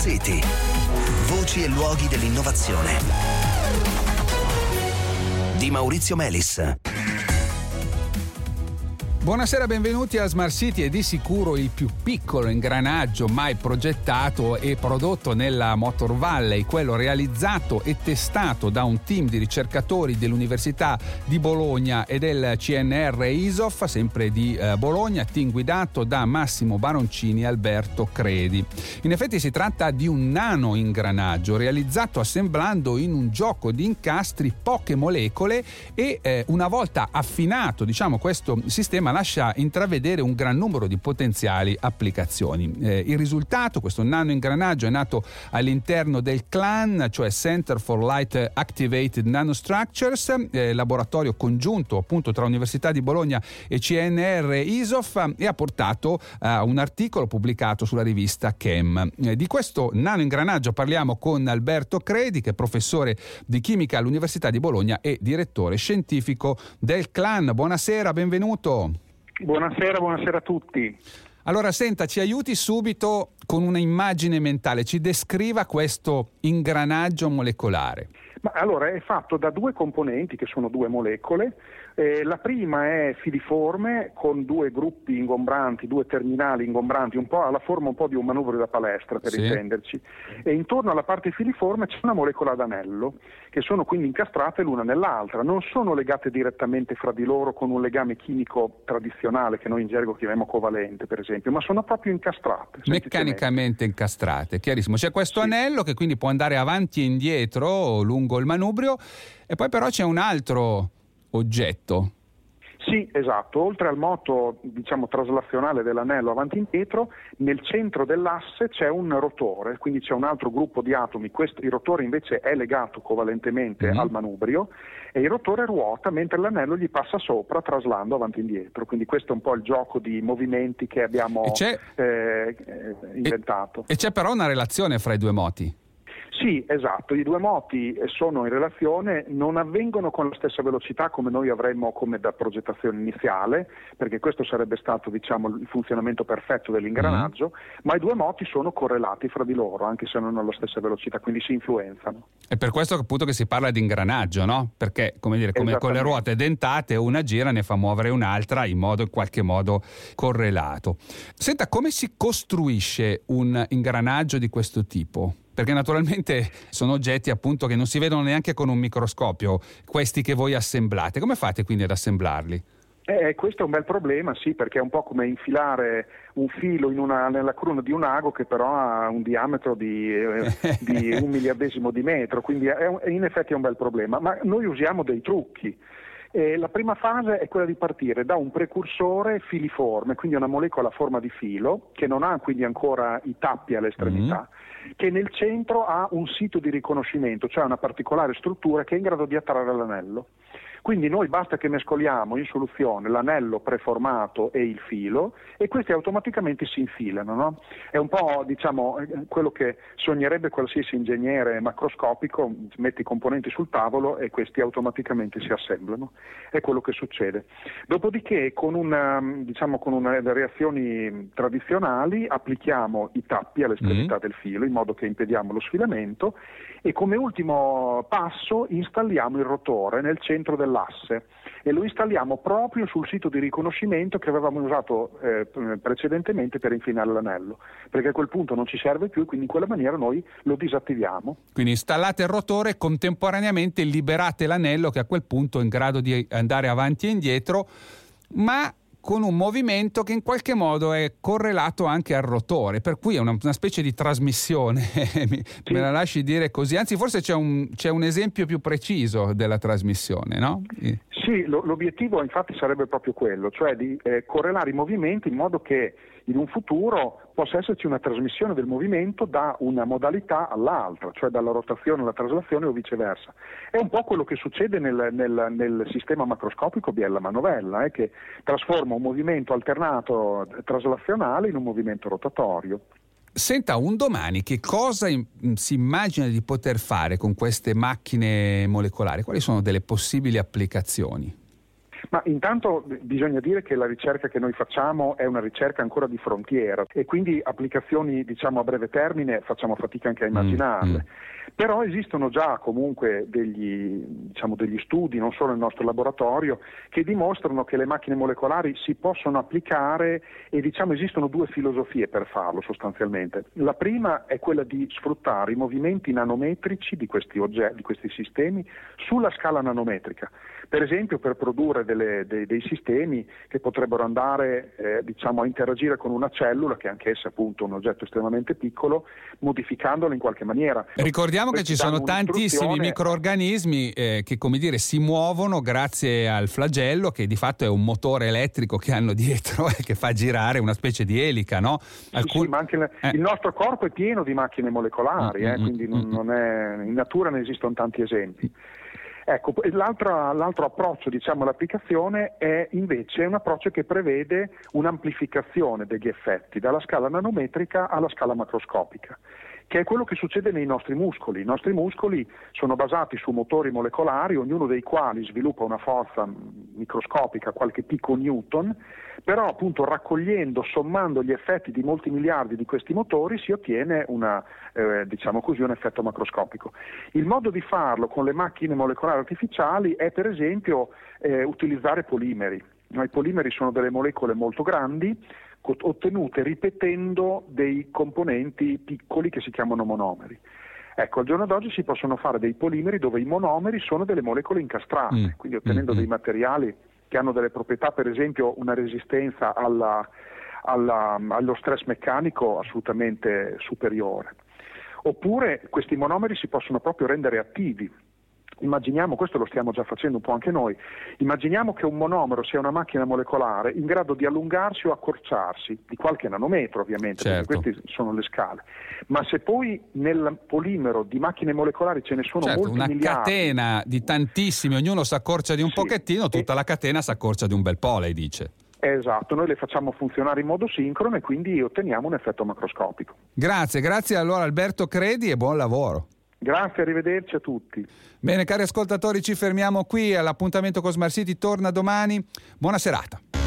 City. Voci e luoghi dell'innovazione. Di Maurizio Melis. Buonasera, benvenuti a Smart City. È di sicuro il più piccolo ingranaggio mai progettato e prodotto nella Motor Valley, quello realizzato e testato da un team di ricercatori dell'Università di Bologna e del CNR ISOF, sempre di Bologna, team guidato da Massimo Baroncini e Alberto Credi. In effetti si tratta di un nano ingranaggio realizzato assemblando in un gioco di incastri poche molecole e una volta affinato, questo sistema lascia intravedere un gran numero di potenziali applicazioni. Il risultato, questo nano ingranaggio, è nato all'interno del CLAN, cioè Center for Light Activated Nanostructures, laboratorio congiunto appunto tra Università di Bologna e CNR ISOF, e ha portato a un articolo pubblicato sulla rivista Chem. Di questo nano ingranaggio parliamo con Alberto Credi, che è professore di chimica all'Università di Bologna e direttore scientifico del CLAN. Buonasera, benvenuto. Buonasera a tutti. Allora, senta, ci aiuti subito con una immagine mentale, ci descriva questo ingranaggio molecolare. Ma allora è fatto da due componenti che sono due molecole. La prima è filiforme con due gruppi ingombranti, due terminali ingombranti, ha la forma un po' di un manubrio da palestra, per intenderci, e intorno alla parte filiforme c'è una molecola ad anello, che sono quindi incastrate l'una nell'altra. Non sono legate direttamente fra di loro con un legame chimico tradizionale che noi in gergo chiamiamo covalente, per esempio, ma sono proprio incastrate. Meccanicamente incastrate, chiarissimo. C'è questo anello che quindi può andare avanti e indietro lungo il manubrio, e poi però c'è un altro oggetto. Sì, esatto. Oltre al moto, traslazionale dell'anello avanti e indietro, nel centro dell'asse c'è un rotore, quindi c'è un altro gruppo di atomi. Il rotore invece è legato covalentemente al manubrio, e il rotore ruota mentre l'anello gli passa sopra, traslando avanti e indietro. Quindi questo è un po' il gioco di movimenti che abbiamo inventato. E c'è però una relazione fra i due moti. Sì, esatto, i due moti sono in relazione, non avvengono con la stessa velocità come noi avremmo come da progettazione iniziale, perché questo sarebbe stato il funzionamento perfetto dell'ingranaggio, ma i due moti sono correlati fra di loro, anche se non hanno la stessa velocità, quindi si influenzano. È per questo appunto che si parla di ingranaggio, no? Perché come con le ruote dentate, una gira ne fa muovere un'altra in qualche modo correlato. Senta, come si costruisce un ingranaggio di questo tipo? Perché naturalmente sono oggetti appunto che non si vedono neanche con un microscopio, questi che voi assemblate. Come fate quindi ad assemblarli? Questo è un bel problema, sì, perché è un po' come infilare un filo nella cruna di un ago che però ha un diametro di 1 miliardesimo di metro, quindi in effetti è un bel problema. Ma noi usiamo dei trucchi. La prima fase è quella di partire da un precursore filiforme, quindi una molecola a forma di filo, che non ha quindi ancora i tappi all'estremità, che nel centro ha un sito di riconoscimento, cioè una particolare struttura che è in grado di attrarre l'anello. Quindi noi basta che mescoliamo in soluzione l'anello preformato e il filo, e questi automaticamente si infilano, no? È un po' quello che sognerebbe qualsiasi ingegnere macroscopico: metti i componenti sul tavolo e questi automaticamente si assemblano. È quello che succede. Dopodiché con reazioni tradizionali applichiamo i tappi all'estremità del filo in modo che impediamo lo sfilamento, e come ultimo passo installiamo il rotore nel centro dell'asse, e lo installiamo proprio sul sito di riconoscimento che avevamo usato precedentemente per infilare l'anello, perché a quel punto non ci serve più, quindi in quella maniera noi lo disattiviamo. Quindi installate il rotore e contemporaneamente liberate l'anello, che a quel punto è in grado di andare avanti e indietro, ma con un movimento che in qualche modo è correlato anche al rotore, per cui è una specie di trasmissione. Me la lasci dire così? Anzi, forse c'è un esempio più preciso della trasmissione, no? Sì, l'obiettivo infatti sarebbe proprio quello, cioè di correlare i movimenti in modo che in un futuro possa esserci una trasmissione del movimento da una modalità all'altra, cioè dalla rotazione alla traslazione o viceversa. È un po' quello che succede nel sistema macroscopico biella manovella, che trasforma un movimento alternato traslazionale in un movimento rotatorio. Senta, un domani che cosa si immagina di poter fare con queste macchine molecolari? Quali sono delle possibili applicazioni? Ma intanto bisogna dire che la ricerca che noi facciamo è una ricerca ancora di frontiera e quindi applicazioni a breve termine facciamo fatica anche a immaginarle. Però esistono già comunque degli studi, non solo nel nostro laboratorio, che dimostrano che le macchine molecolari si possono applicare e esistono due filosofie per farlo sostanzialmente. La prima è quella di sfruttare i movimenti nanometrici di questi sistemi sulla scala nanometrica. Per esempio per produrre dei sistemi che potrebbero andare a interagire con una cellula, che anch'essa appunto un oggetto estremamente piccolo, modificandolo in qualche maniera. Ricordiamo che ci sono tantissimi microorganismi che si muovono grazie al flagello, che di fatto è un motore elettrico che hanno dietro e che fa girare una specie di elica, no? Sì, ma anche il nostro corpo è pieno di macchine molecolari, quindi non è, in natura ne esistono tanti esempi. Ecco, l'altro approccio all'applicazione è invece un approccio che prevede un'amplificazione degli effetti dalla scala nanometrica alla scala macroscopica, che è quello che succede nei nostri muscoli. I nostri muscoli sono basati su motori molecolari, ognuno dei quali sviluppa una forza microscopica, qualche piconewton, però appunto raccogliendo, sommando gli effetti di molti miliardi di questi motori si ottiene un effetto macroscopico. Il modo di farlo con le macchine molecolari artificiali è per esempio utilizzare polimeri. I polimeri sono delle molecole molto grandi, ottenute ripetendo dei componenti piccoli che si chiamano monomeri. Ecco, al giorno d'oggi si possono fare dei polimeri dove i monomeri sono delle molecole incastrate, quindi ottenendo dei materiali che hanno delle proprietà, per esempio una resistenza allo stress meccanico assolutamente superiore. Oppure questi monomeri si possono proprio rendere attivi. Immaginiamo, questo lo stiamo già facendo un po' anche noi, immaginiamo che un monomero sia una macchina molecolare in grado di allungarsi o accorciarsi, di qualche nanometro ovviamente, certo, perché queste sono le scale, ma se poi nel polimero di macchine molecolari ce ne sono molti una miliardi, catena di tantissimi, ognuno si accorcia di un pochettino, tutta la catena si accorcia di un bel po', lei dice. Esatto, noi le facciamo funzionare in modo sincrono e quindi otteniamo un effetto macroscopico. Grazie allora Alberto Credi e buon lavoro. Grazie, arrivederci a tutti. Bene, cari ascoltatori, ci fermiamo qui, l'appuntamento con Smart City torna domani. Buona serata.